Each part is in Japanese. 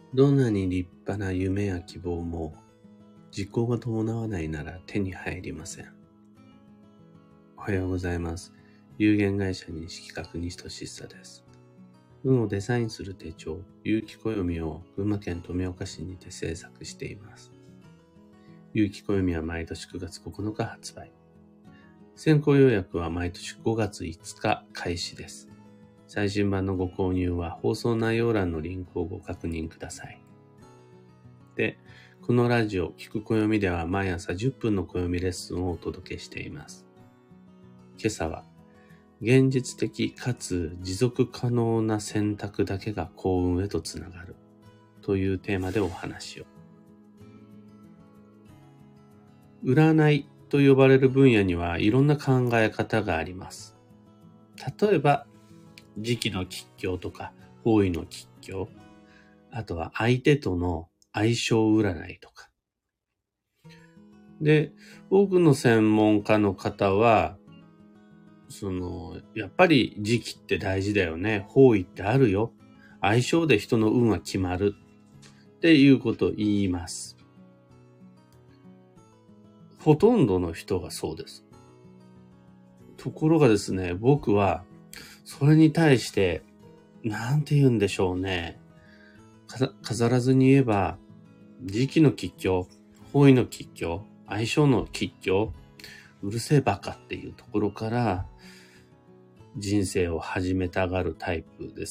どんなに立派な夢や希望も実行が伴わないなら手に入りません。おはようございます。有限会社認識企画西俊久です。運をデザインする手帳、有機暦を群馬県富岡市にて制作しています。有機暦は毎年9月9日発売。先行予約は毎年5月5日開始です。最新版のご購入は放送内容欄のリンクをご確認ください。で、このラジオ、聞く暦では毎朝10分の暦レッスンをお届けしています。今朝は、現実的かつ持続可能な選択だけが幸運へとつながるというテーマでお話を。占いと呼ばれる分野にはいろんな考え方があります。例えば、時期の吉凶とか方位の吉凶、あとは相手との相性占いとか。で、多くの専門家の方は、やっぱり時期って大事だよね。方位ってあるよ。相性で人の運は決まる。っていうことを言います。ほとんどの人がそうです。ところがですね、僕は、それに対して、なんて言うんでしょうね。飾らずに言えば、時期の吉凶、方位の吉凶、相性の吉凶、うるせえバカっていうところから、人生を始めたがるタイプです。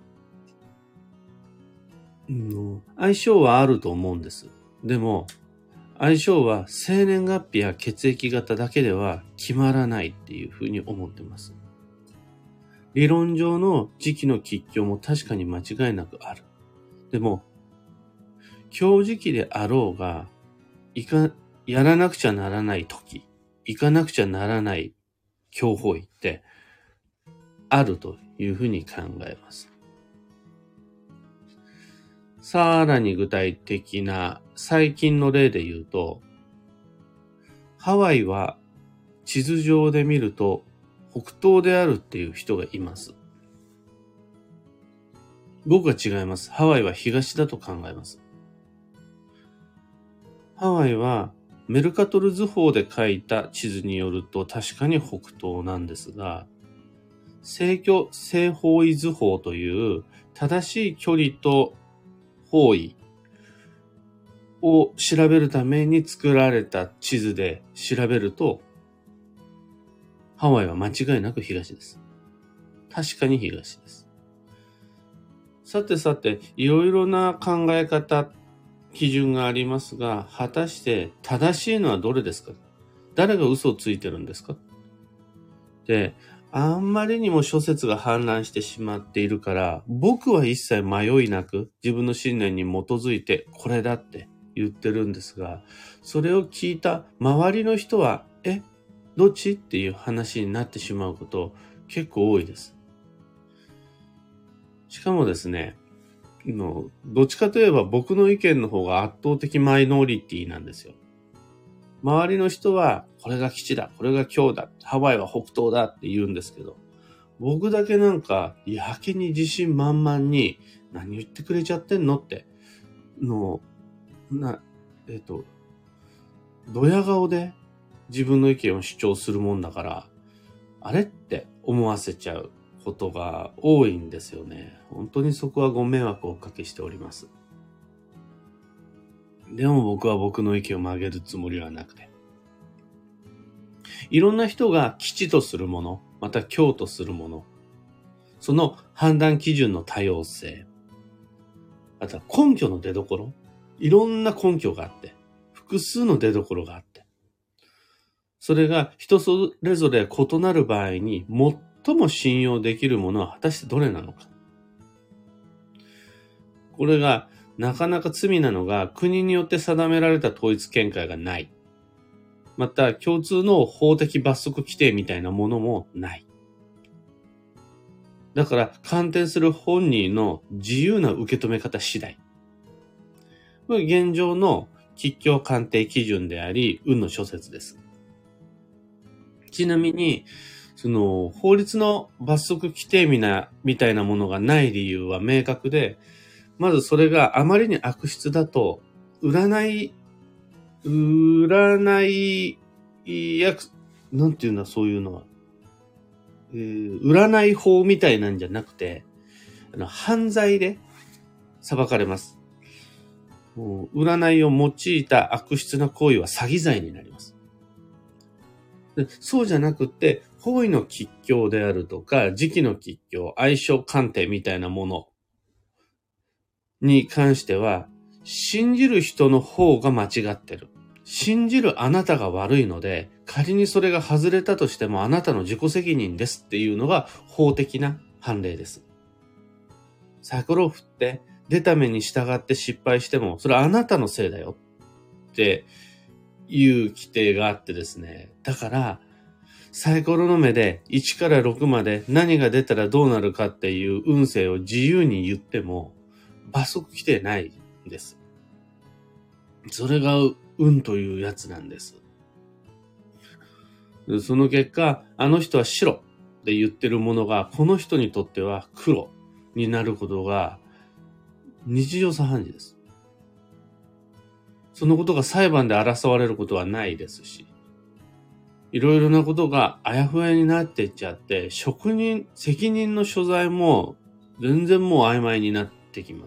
相性はあると思うんです。でも、相性は生年月日や血液型だけでは決まらないっていうふうに思ってます。理論上の時期の吉凶も確かに間違いなくある。でも、強時期であろうが、やらなくちゃならない時、行かなくちゃならない強方位ってあるというふうに考えます。さらに具体的な最近の例で言うと、ハワイは地図上で見ると北東であるっていう人がいます。僕は違います。ハワイは東だと考えます。ハワイはメルカトル図法で書いた地図によると確かに北東なんですが、正方位図法という正しい距離と方位を調べるために作られた地図で調べると、ハワイは間違いなく東です。確かに東です。さて、いろいろな考え方、基準がありますが、果たして正しいのはどれですか？誰が嘘をついてるんですか？で、あんまりにも諸説が氾濫してしまっているから、僕は一切迷いなく自分の信念に基づいてこれだって言ってるんですが、それを聞いた周りの人は、どっちっていう話になってしまうこと結構多いです。しかもですね、どっちかといえば僕の意見の方が圧倒的マイノリティなんですよ。周りの人は、これが基地だ、これが京だ、ハワイは北東だって言うんですけど、僕だけなんか、やけに自信満々に、何言ってくれちゃってんのって、ドヤ顔で自分の意見を主張するもんだから、あれって思わせちゃうことが多いんですよね。本当にそこはご迷惑をおかけしております。でも僕は僕の意見を曲げるつもりはなくて。いろんな人が基地とするもの、また教とするもの、その判断基準の多様性、あとは根拠の出所、いろんな根拠があって、複数の出所があって、それが人それぞれ異なる場合に最も信用できるものは果たしてどれなのか。これがなかなか罪なのが国によって定められた統一見解がない。また共通の法的罰則規定みたいなものもない。だから鑑定する本人の自由な受け止め方次第。これ現状の吉凶鑑定基準であり、運の諸説です。ちなみに、法律の罰則規定みたいなものがない理由は明確で、 まずそれがあまりに悪質だと、占い役、なんていうんだ、そういうのは。占い法みたいなんじゃなくて、犯罪で裁かれます。占いを用いた悪質な行為は詐欺罪になります。でそうじゃなくて、方位の吉凶であるとか、時期の吉凶、相性鑑定みたいなものに関しては、信じる人の方が間違ってる。信じるあなたが悪いので、仮にそれが外れたとしてもあなたの自己責任ですっていうのが法的な判例です。サイコロを振って出た目に従って失敗しても、それはあなたのせいだよっていう規定があってですね。だから、サイコロの目で1から6まで何が出たらどうなるかっていう運勢を自由に言っても罰則規定ないんです。それが運というやつなんです。その結果、あの人は白って言ってるものがこの人にとっては黒になることが日常茶飯事です。そのことが裁判で争われることはないですし、いろいろなことがあやふやになっていっちゃって、責任の所在も全然もう曖昧になってきます。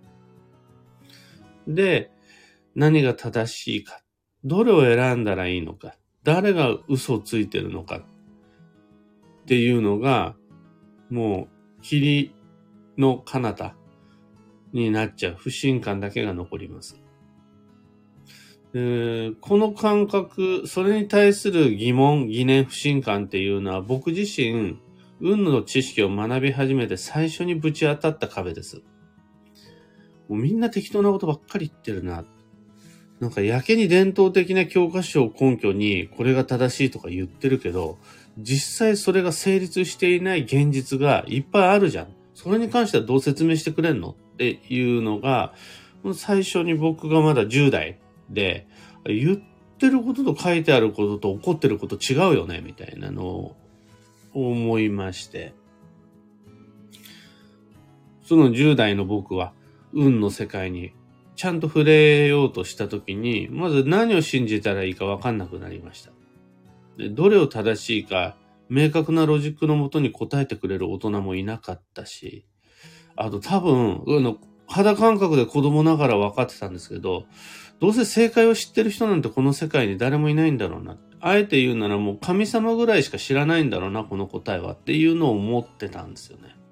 で、何が正しいか、どれを選んだらいいのか、誰が嘘をついてるのかっていうのが、もう霧の彼方になっちゃう不信感だけが残ります。この感覚、それに対する疑問、疑念、不信感っていうのは僕自身、運の知識を学び始めて最初にぶち当たった壁です。もうみんな適当なことばっかり言ってるな。なんかやけに伝統的な教科書を根拠にこれが正しいとか言ってるけど、実際それが成立していない現実がいっぱいあるじゃん。それに関してはどう説明してくれんのっていうのが、最初に僕がまだ10代で、言ってることと書いてあることと起こってること違うよね、みたいなのを思いまして。その10代の僕は運の世界にちゃんと触れようとしたときに、まず何を信じたらいいか分かんなくなりました。でどれを正しいか、明確なロジックのもとに答えてくれる大人もいなかったし、あと多分、肌感覚で子供ながら分かってたんですけど、どうせ正解を知ってる人なんてこの世界に誰もいないんだろうな。あえて言うならもう神様ぐらいしか知らないんだろうな、この答えはっていうのを思ってたんですよね。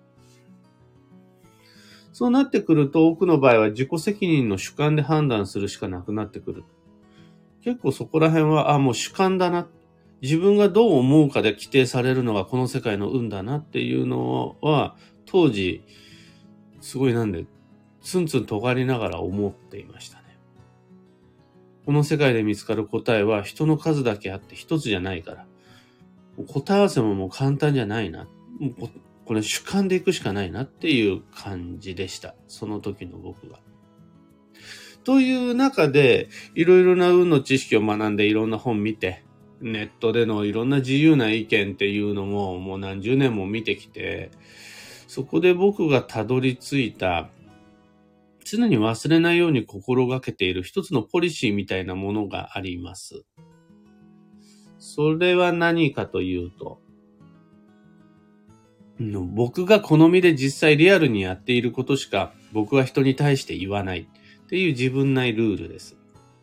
そうなってくると多くの場合は自己責任の主観で判断するしかなくなってくる。結構そこら辺は、もう主観だな。自分がどう思うかで規定されるのがこの世界の運だなっていうのは、当時、すごいツンツン尖りながら思っていましたね。この世界で見つかる答えは人の数だけあって一つじゃないから。答え合わせももう簡単じゃないな。これ主観でいくしかないなっていう感じでした。その時の僕が。という中で、いろいろな運の知識を学んでいろんな本見て、ネットでのいろんな自由な意見っていうのももう何十年も見てきて、そこで僕がたどり着いた、常に忘れないように心がけている一つのポリシーみたいなものがあります。それは何かというと、僕が好みで実際リアルにやっていることしか僕は人に対して言わないっていう自分なルールです。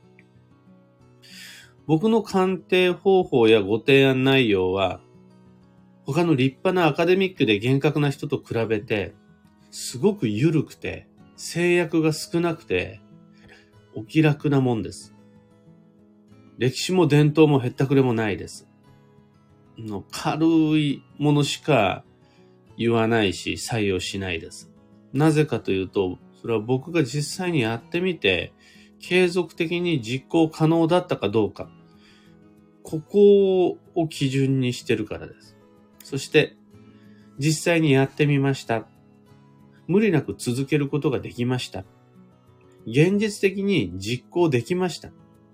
僕の鑑定方法やご提案内容は他の立派なアカデミックで厳格な人と比べてすごく緩くて制約が少なくてお気楽なもんです。歴史も伝統もへったくれもないです。軽いものしか言わないし採用しないです。なぜかというと、それは僕が実際にやってみて継続的に実行可能だったかどうか、ここを基準にしてるからです。そして実際にやってみました。無理なく続けることができました。現実的に実行できました。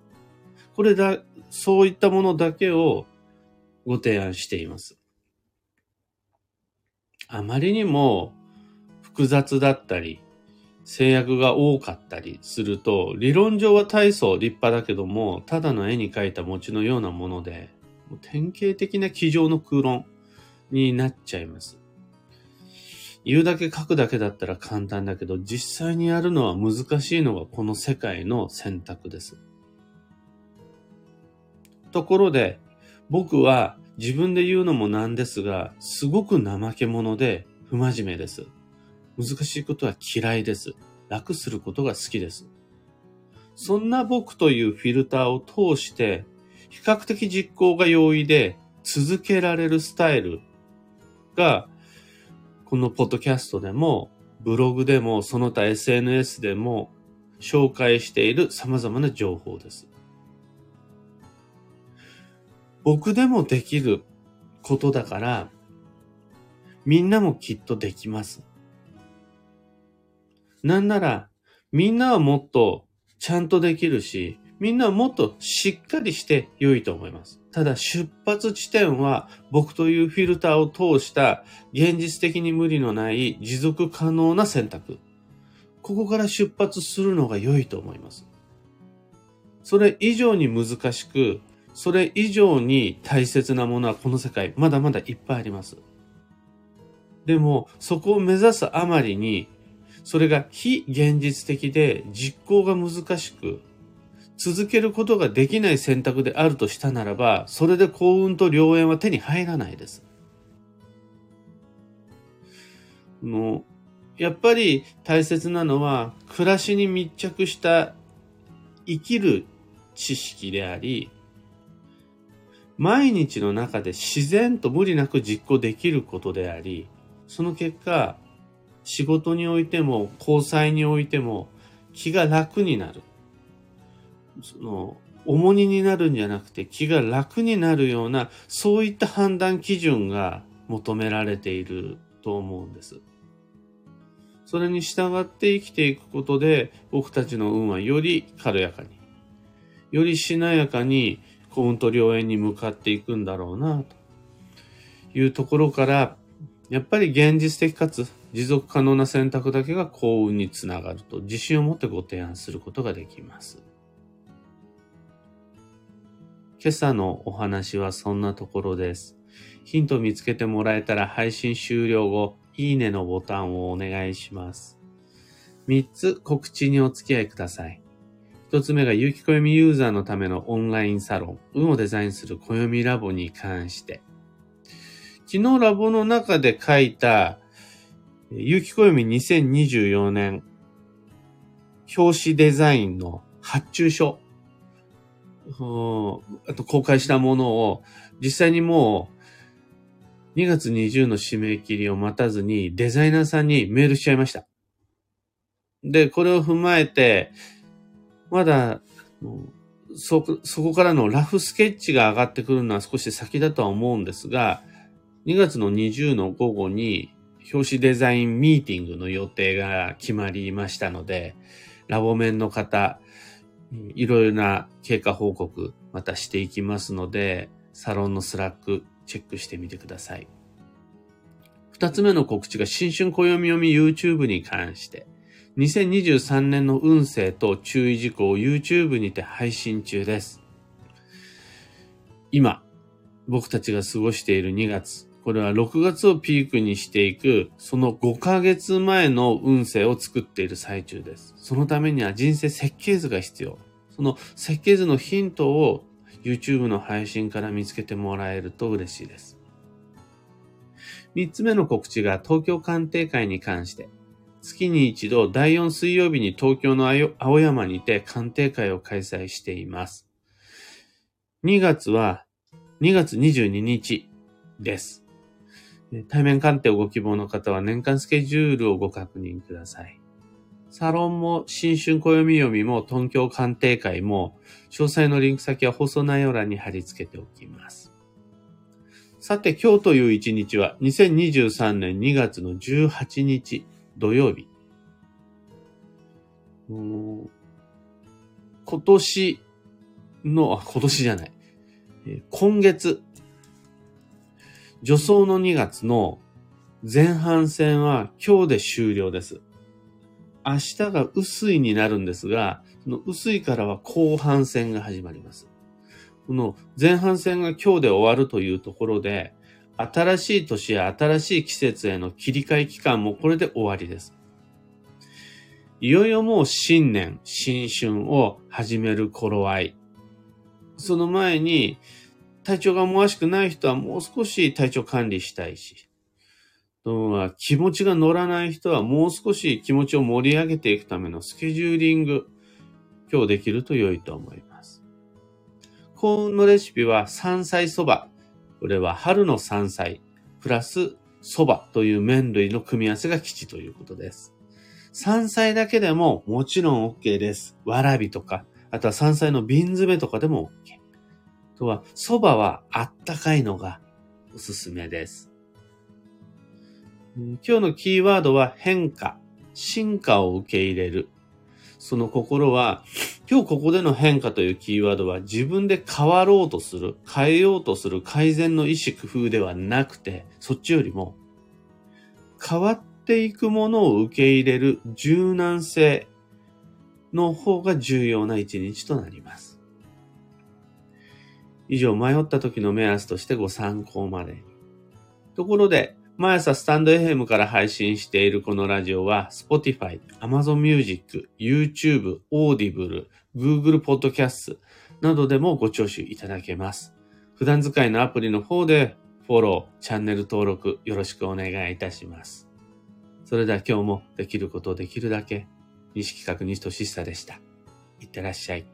そういったものだけをご提案しています。あまりにも複雑だったり、 制約が多かったりすると、理論上は大層立派だけども、ただの絵に描いた餅のようなもので、典型的な机上の空論になっちゃいます。言うだけ書くだけだったら簡単だけど、実際にやるのは難しいのがこの世界の選択です。ところで、僕は自分で言うのもなんですが、すごく怠け者で不真面目です。難しいことは嫌いです。楽することが好きです。そんな僕というフィルターを通して、比較的実行が容易で続けられるスタイルが、このポッドキャストでも、ブログでも、その他 SNS でも紹介している様々な情報です。僕でもできることだから、みんなもきっとできます。なんなら、みんなはもっとちゃんとできるし、みんなはもっとしっかりして良いと思います。ただ出発地点は僕というフィルターを通した現実的に無理のない持続可能な選択。ここから出発するのが良いと思います。それ以上に難しく、それ以上に大切なものはこの世界まだまだいっぱいあります。でもそこを目指すあまりに、それが非現実的で実行が難しく、続けることができない選択であるとしたならば、それで幸運と良縁は手に入らないです。やっぱり大切なのは、暮らしに密着した生きる知識であり、毎日の中で自然と無理なく実行できることであり、その結果、仕事においても交際においても気が楽になる。重荷になるんじゃなくて気が楽になるような、そういった判断基準が求められていると思うんです。それに従って生きていくことで、僕たちの運はより軽やかに、よりしなやかに幸運と良縁に向かっていくんだろうな、というところから、やっぱり現実的かつ持続可能な選択だけが幸運につながると自信を持ってご提案することができます。今朝のお話はそんなところです。ヒントを見つけてもらえたら配信終了後、いいねのボタンをお願いします。3つ告知にお付き合いください。1つ目が有機暦ユーザーのためのオンラインサロン、運をデザインする暦ラボに関して。昨日ラボの中で書いた有機暦2024年表紙デザインの発注書、あと公開したものを実際にもう2月20の締め切りを待たずにデザイナーさんにメールしちゃいました。で、これを踏まえて、まだそこからのラフスケッチが上がってくるのは少し先だとは思うんですが、2月の20の午後に表紙デザインミーティングの予定が決まりましたので、ラボ面の方、いろいろな経過報告またしていきますので、サロンのスラックチェックしてみてください。2つ目の告知が新春暦読み YouTube に関して、2023年の運勢と注意事項を YouTube にて配信中です。今、僕たちが過ごしている2月、これは6月をピークにしていく、その5ヶ月前の運勢を作っている最中です。そのためには人生設計図が必要。その設計図のヒントを YouTube の配信から見つけてもらえると嬉しいです。3つ目の告知が東京鑑定会に関して、月に一度第4水曜日に東京の青山にて鑑定会を開催しています。2月は2月22日です。対面鑑定をご希望の方は年間スケジュールをご確認ください。サロンも新春暦読みも東京鑑定会も詳細のリンク先は放送内容欄に貼り付けておきます。さて今日という一日は2023年2月の18日土曜日。今月助走の2月の前半戦は今日で終了です。 明日が薄いになるんですが、その薄いからは後半戦が始まります。この前半戦が今日で終わるというところで、新しい年や新しい季節への切り替え期間もこれで終わりです。いよいよもう新年、新春を始める頃合い。その前に体調が思わしくない人はもう少し体調管理したいし、気持ちが乗らない人はもう少し気持ちを盛り上げていくためのスケジューリング、今日できると良いと思います。幸運のレシピは山菜そば。これは春の山菜プラスそばという麺類の組み合わせが吉ということです。山菜だけでももちろん OK です。わらびとか、あとは山菜の瓶詰めとかでも OK。あとはそばはあったかいのがおすすめです。今日のキーワードは変化、進化を受け入れる。その心は、今日ここでの変化というキーワードは自分で変わろうとする、変えようとする改善の意思工夫ではなくて、そっちよりも変わっていくものを受け入れる柔軟性の方が重要な一日となります。以上、迷った時の目安としてご参考までに。ところで、毎朝スタンド FM から配信しているこのラジオは Spotify、Amazon Music、YouTube、Audible、Google Podcast などでもご聴取いただけます。普段使いのアプリの方でフォロー、チャンネル登録よろしくお願いいたします。それでは今日もできることをできるだけ、西企画西俊久でした。いってらっしゃい。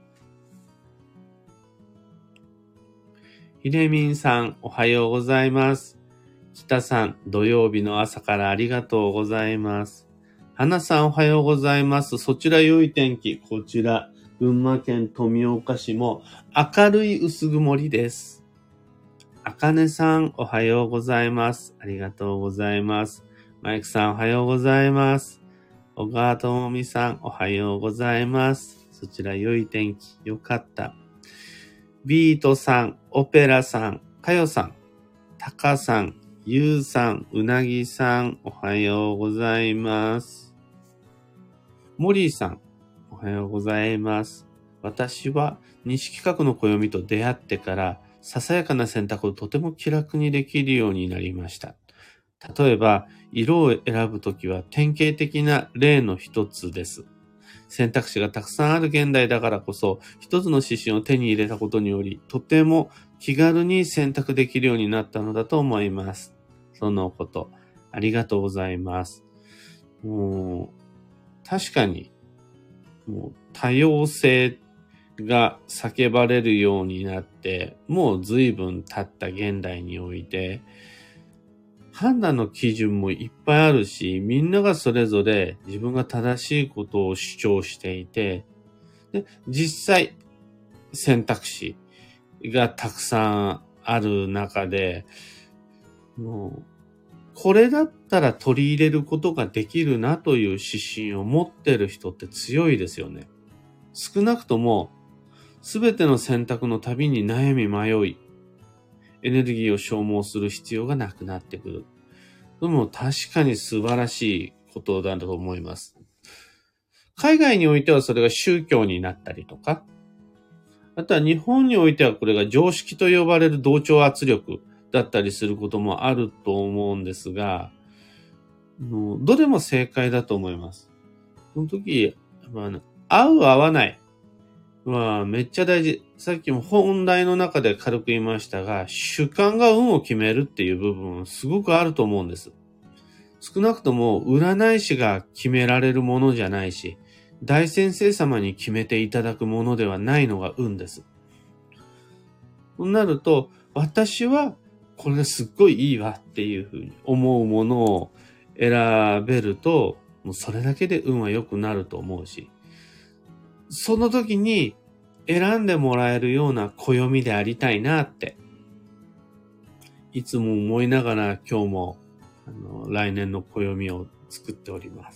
ひでみんさん、おはようございます。北さん、土曜日の朝からありがとうございます。花さん、おはようございます。そちら良い天気。こちら、群馬県富岡市も明るい薄曇りです。あかねさん、おはようございます。ありがとうございます。マイクさん、おはようございます。小川智美さん、おはようございます。そちら良い天気。よかった。ビートさん、オペラさん、かよさん、たかさん、ゆうさん、うなぎさん、おはようございます。モリーさん、おはようございます。私は西企画の暦と出会ってから、ささやかな選択をとても気楽にできるようになりました。例えば、色を選ぶときは典型的な例の一つです。選択肢がたくさんある現代だからこそ、一つの指針を手に入れたことにより、とても気軽に選択できるようになったのだと思います。そのこと、ありがとうございます。確かに、多様性が叫ばれるようになって、もう随分経った現代において、判断の基準もいっぱいあるし、みんながそれぞれ自分が正しいことを主張していて、で実際選択肢がたくさんある中で、これだったら取り入れることができるなという指針を持ってる人って強いですよね。少なくとも全ての選択のたびに悩み迷い、エネルギーを消耗する必要がなくなってくる。でも確かに素晴らしいことだと思います。海外においてはそれが宗教になったりとか、あとは日本においてはこれが常識と呼ばれる同調圧力だったりすることもあると思うんですが、どれも正解だと思います。その時、合う合わないはめっちゃ大事。さっきも本題の中で軽く言いましたが、主観が運を決めるっていう部分すごくあると思うんです。少なくとも占い師が決められるものじゃないし、大先生様に決めていただくものではないのが運です。そうなると、私はこれがすっごいいいわっていうふうに思うものを選べると、もうそれだけで運は良くなると思うし、その時に選んでもらえるような暦でありたいなって、いつも思いながら今日も来年の暦を作っております。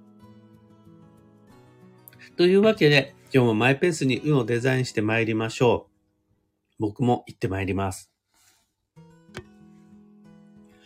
というわけで、今日もマイペースに運をデザインして参りましょう。僕も行って参ります。